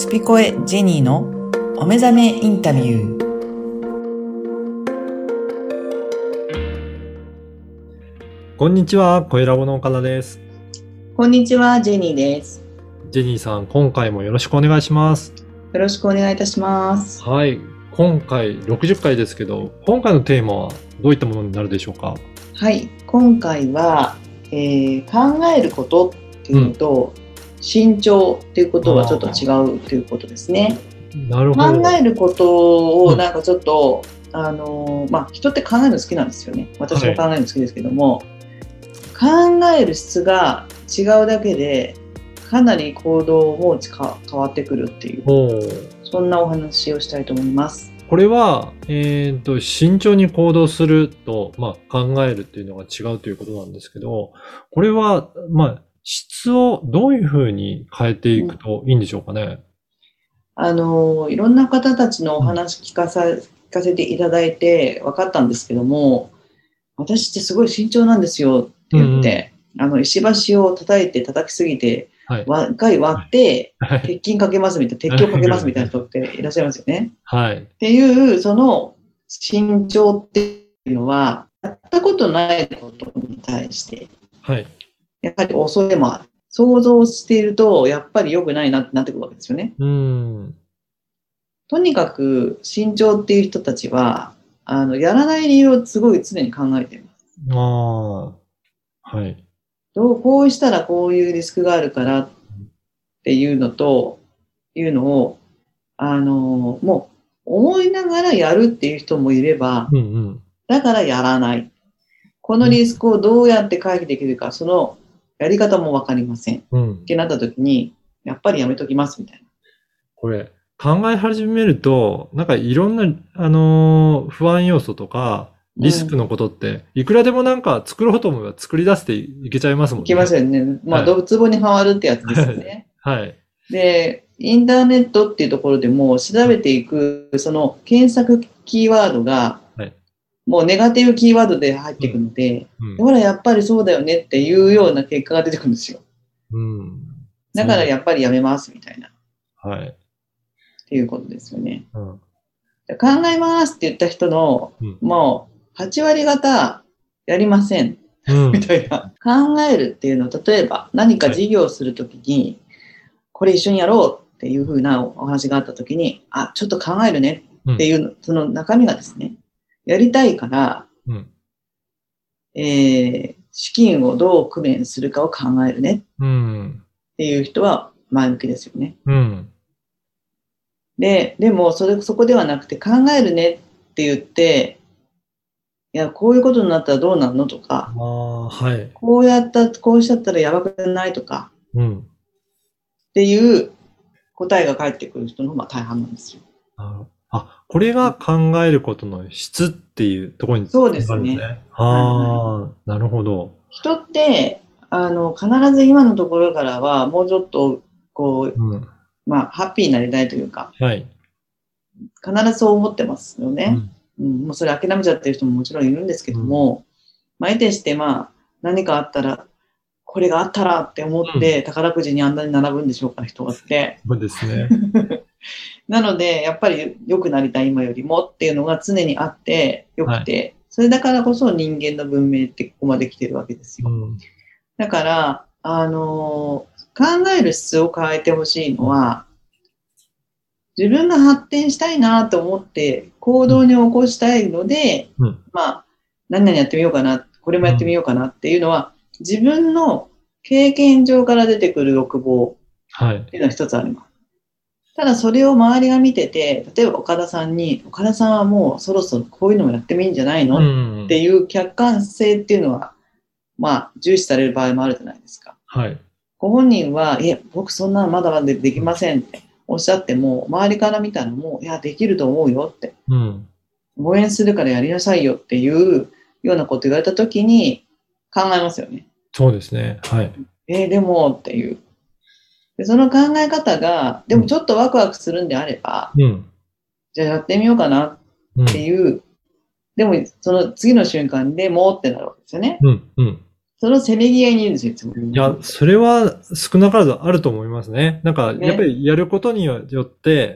スピコエジェニーのお目覚めインタビュー。 こんにちは、声ラボの岡田です。 こんにちは、ジェニーです。 ジェニーさん、今回もよろしくお願いします。 よろしくお願いいたします。 はい、今回60回ですけど、今回のテーマはどういったものになるでしょうか？ はい、今回は、考えることっていうのと、慎重っていうことはちょっと違うということですね。 なるほど。 考えることをなんかちょっと、人って考えるの好きなんですよね。私も考えるの好きですけども、考える質が違うだけでかなり行動も変わってくるっていう、そんなお話をしたいと思います。 これは、慎重に行動すると、考えるっていうのが違うということなんですけど、これは、質をどういうふうに変えていくといいんでしょうかね。 いろんな方たちのお話聞かせていただいて分かったんですけども、私ってすごい慎重なんですよって言って、石橋を叩きすぎて、一回割って、鉄筋かけますみたいな、鉄橋かけますみたいな人っていらっしゃいますよね。 はい。 っていう、その慎重っていうのは、やったことないことに対して、やっぱり恐れもある。想像していると、やっぱり良くないなってなってくるわけですよね。とにかく慎重っていう人たちは、やらない理由をすごい常に考えています。こうしたらこういうリスクがあるからっていうのを、もう思いながらやるっていう人もいれば、だからやらない。このリスクをどうやって回避できるか、そのやり方もわかりません。ってなった時に、やっぱりやめときますみたいな。 これ、考え始めると、なんかいろんな、不安要素とか、リスクのことって、いくらでもなんか作ろうと思えば作り出していけちゃいますもんね。 いけますよね。動物壺にはまるってやつですよね。で、インターネットっていうところでも調べていく、その検索キーワードが、もうネガティブキーワードで入っていくので、ほらやっぱりそうだよねっていうような結果が出てくるんですよ。だからやっぱりやめますみたいな。っていうことですよね。考えますって言った人の、もう8割方やりません。みたいな。考えるっていうのは、例えば何か事業をするときに、これ一緒にやろうっていうふうなお話があったときに、ちょっと考えるねっていう、その中身がですね、やりたいから、資金をどう工面するかを考えるねっていう人は前向きですよね。でもそこではなくて、考えるねって言って、いや、こういうことになったらどうなるのとか、こうしちゃったらやばくないとか、っていう答えが返ってくる人の方が大半なんですよ。 これが考えることの質っていうところにそうですね。 なるほど。 人って、必ず今のところからは、もうちょっと、ハッピーになりたいというか、必ずそう思ってますよね。もうそれ諦めちゃってる人ももちろんいるんですけども、得てして何かあったら、これがあったらって思って、宝くじにあんなに並ぶんでしょうか、人がって。 そうですね。 なので、やっぱり良くなりたい今よりもっていうのが常にあって良くて、それだからこそ人間の文明ってここまで来てるわけですよ。だから、考える質を変えてほしいのは、自分が発展したいなと思って行動に起こしたいので、何々やってみようかな、これもやってみようかなっていうのは、自分の経験上から出てくる欲望っていうのは一つあります。ただそれを周りが見てて、例えば岡田さんはもうそろそろこういうのもやってもいいんじゃないのっていう客観性っていうのは、重視される場合もあるじゃないですか。ご本人は、僕そんなのまだまだできませんっておっしゃっても、周りから見たらもう、できると思うよって。応援するからやりなさいよっていうようなこと言われたときに考えますよね。 そうですね。 でもっていう。でその考え方が、でもちょっとワクワクするんであれば、じゃあやってみようかなっていう、でもその次の瞬間でもってなるわけですよね。 そのせめぎ合いにいるんですよ、いつも。 いや、それは少なからずあると思いますね。なんか、やっぱね。 りやることによって、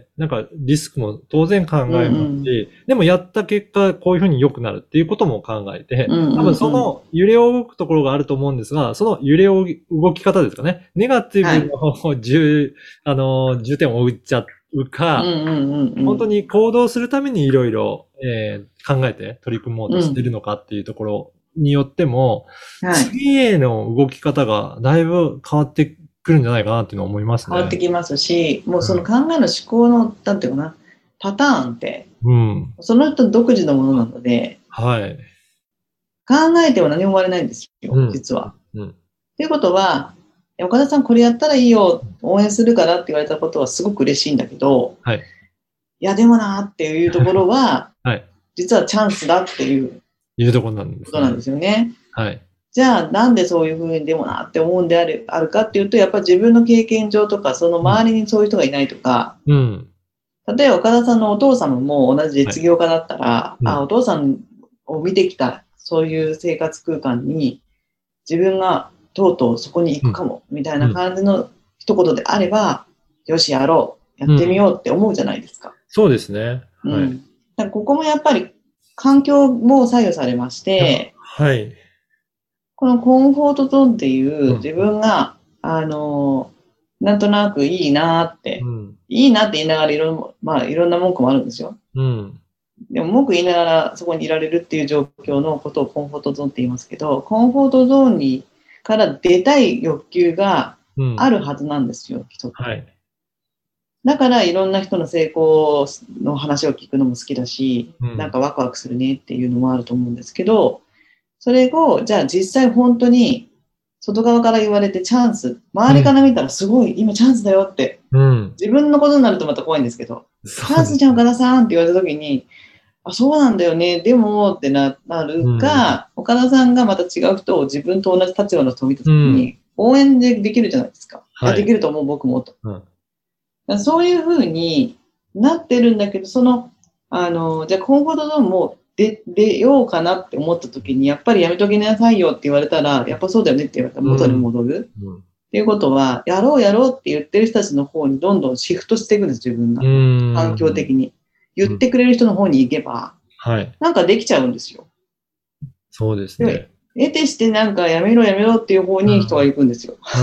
なんかリスクも当然考うんえますし、でもやった結果、こういうふうに良くなるっていうことも考えて、 うん。うん多分うんうん。 その揺れ動くところがあると思うんですが、その揺れ動き方ですかね。ネガティブはい。 の方を重点を置いちゃうか、 うんうんうんうん。 本当に行動するためにいろいろ考えて取り組もうとしてうん。 るのかっていうところによっても、 はい。 次への動き方がだいぶ変わってくるんじゃないかなっていうのは思います変わっね。 てきますし、もうそのう考えの思考の、なんていうかな、パターンって、 ん。うん。 その人独自のものなので、 はい。 考えても何も生まれないんですよ、 うん。 実は。 うん。 ということは、岡田さんこれやったらいいよ、応援するからって言われたことはすごく嬉しいんだけど、 はい。 いやでもなっていうところは、 はい。 実はチャンスだっていういうところなんですね。 ことなんですよね。 はい。 じゃあなんでそういうふうにでもなって思うんであるかっていうと、やっぱり自分の経験上とか、そのうん。 周りにそういう人がいないとか、 うん。 例えば岡田さんのお父様も同じはい。 実業家だったら、あ、 うん。 お父さんを見てきた、そういう生活空間に自分がとうとうそこに行うん。 くかも、みたいなうん。 感じの一言であれば、よし、やろう、やってみうん。 ようって思うじゃないですか。 そうですね。はい。 うん。だからここもやっぱり環境も左右されましいや、 て、 はい。 このコンフォートゾーンっていうん。 う自分が、なんとなくうん。 いいなって言いながらいろんな文句もあるんですよ。 うん。 でも文句言いながらそこにいられるっていう状況のことをコンフォートゾーンって言いますけど、コンフォートゾーンから出たい欲求がうん。 あるはずなんですよ、人って。 はい。 だからいろんな人の成功の話を聞くのも好きだし、 うん。 なんかワクワクするねっていうのもあると思うんですけど、それを、じゃあ実際本当に外側から言われてチャンス、周りかうん。 ら見たらすごい今チャンスだよって、 うん。 自分のことになるとまた怖いんですけど、チャンスじゃん岡そうですね。 田さんって言われた時に、あ、そうなんだよね。でもってなるうん。 か、岡田さんがまた違う人を自分と同じ立場の人を見たとうん。 きに、応援できるじゃないですか。いや、 はい。 できると思う、僕もと。だかうん。 らそういうふうになってるんだけど、じゃあコンフォートゾーンも出ようかなって思ったときに、やっぱりやめときなさいよって言われたら、やっぱそうだよねって言われたら元にうん。 戻る。 うん。 っていうことは、やろうやろうって言ってる人たちの方にどんどんシフトしていくんです、自分うが。環境ん。 的に。言ってくれる人の方に行けば、 はい。 なんかできちゃうんですよ。 そうですで、 ね。 得てしてなんかやめろっていう方に人がうん。 行くんですよ。 うん。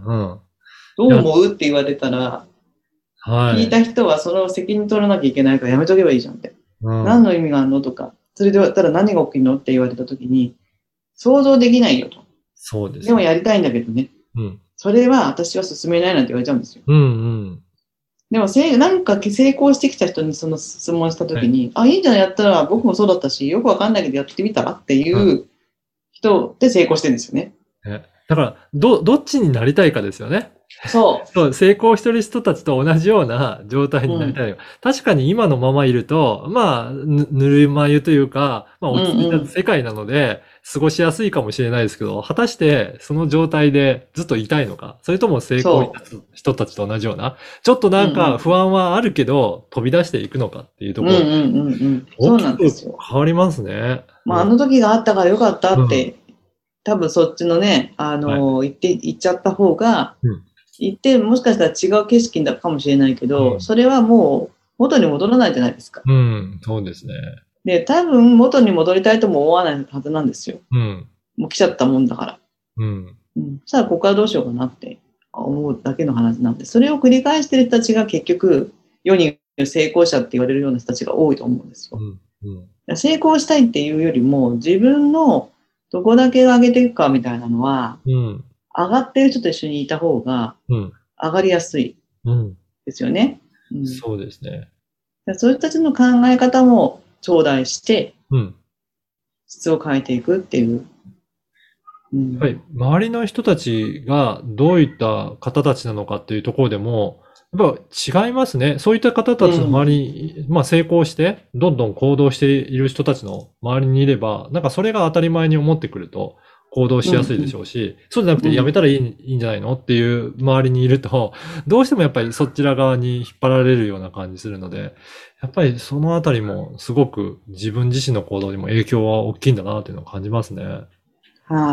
うん。 どういや、 思うって言われたら、聞いはい。 た人はその責任取らなきゃいけないからやめとけばいいじゃんって。 うん。 何の意味があるのとか、それでやったら何が起きるのって言われた時に、想像できないよと。でもそうですね。 やりたいんだけどね。 うん。 それは私は進めないなんて言われちゃうんですよ。 うん。うん。 でもなんか成功してきた人にその質問したはい。 時に、あ、いいんじゃないやったら僕もそうだったし、よくわかんないけどやってみたらっていうん。 う人で成功してるんですよね。 ね。だから、どっちになりたいかですよね。 そそう、成功してる人たちと同じような状態う。うん。 になりたい。確かに今のままいると、まあ、ぬるま湯というか、まあうん落ち着いたうん。 世界なので、過ごしやすいかもしれないですけど、果たしてその状態でずっといたいのか、それとも成功したそ人たちと同じような、ちょっとう。うなんんうん。 か不安はあるけど、飛び出していくのかっていうとうんころで、 うんうんうん。そう大きくなんですよ。 変わりますね。 まあ、あうん。 の時があったからよかったうん。 って、多分そっちのね、 はい。 言っちゃった方が、 うん。 言ってもしかしたら違う景色だかもしれないけど、 うん。 それはもう元に戻らないじゃないですか。 うん。そうですね。 で、多分元に戻りたいとも思わないはずなんですよ。 うん。 もう来ちゃったもんだから。 うん。 うん。さあ、ここからどうしようかなって思うだけの話なんで、それを繰り返してる人たちが結局、世に成功者って言われるような人たちが多いと思うんですよ。 うん。うん。 成功したいっていうよりも、自分のどこだけ上げていくかみたいなのは、 うん。 上がってる人と一緒にいた方がうん。 上がりやすいうん。 ですよね。うん、 そうですね。 そういう人たちの考え方も頂戴して、 うん。 質を変えていくっていう。うん、 やっぱり周りの人たちがどういった方たちなのかっていうところでも、やっぱ違いますね。そういった方たちの周うん、 りに、まあ成功して、どんどん行動している人たちの周りにいれば、なんかそれが当たり前に思ってくると行動うん、 しやすいでしょうし、そうじゃなくうん、 てやめたらいいんじゃないのっていう周りにいると、どうしてもやっぱりそちら側に引っ張られるような感じするので、やっぱりそのあたりもすごく自分自身の行動にも影響は大きいんだなっていうのを感じますね。 はい。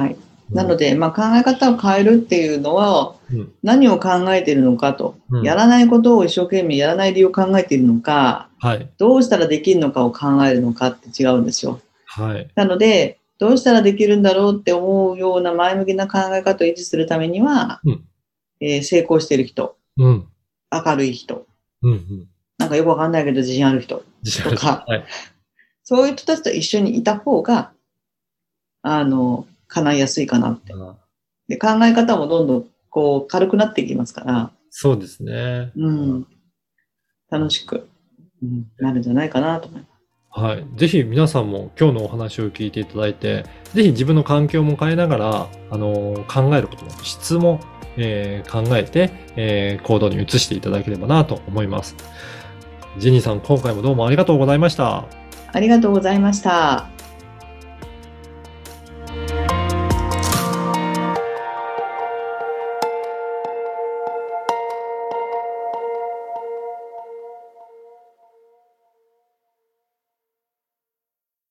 なので、考え方を変えるっていうのは、何を考えているのかと、やらないことを一生懸命やらない理由を考えているのか、どうしたらできるのかを考えるのかって違うんですよ。なので、どうしたらできるんだろうって思うような前向きな考え方を維持するためには、成功している人、明るい人、なんかよくわかんないけど自信ある人とか、そういう人たちと一緒にいた方が、叶いやすいかなって。で、考え方もどんどんこう軽くなっていきますから。 そうですね。 楽しく、なるんじゃないかなと思います。 ぜひ皆さんも今日のお話を聞いていただいて、ぜひ自分の環境も変えながら、考えることの質も、考えて、行動に移していただければなと思います。ジェニーさん、今回もどうもありがとうございました。 ありがとうございました。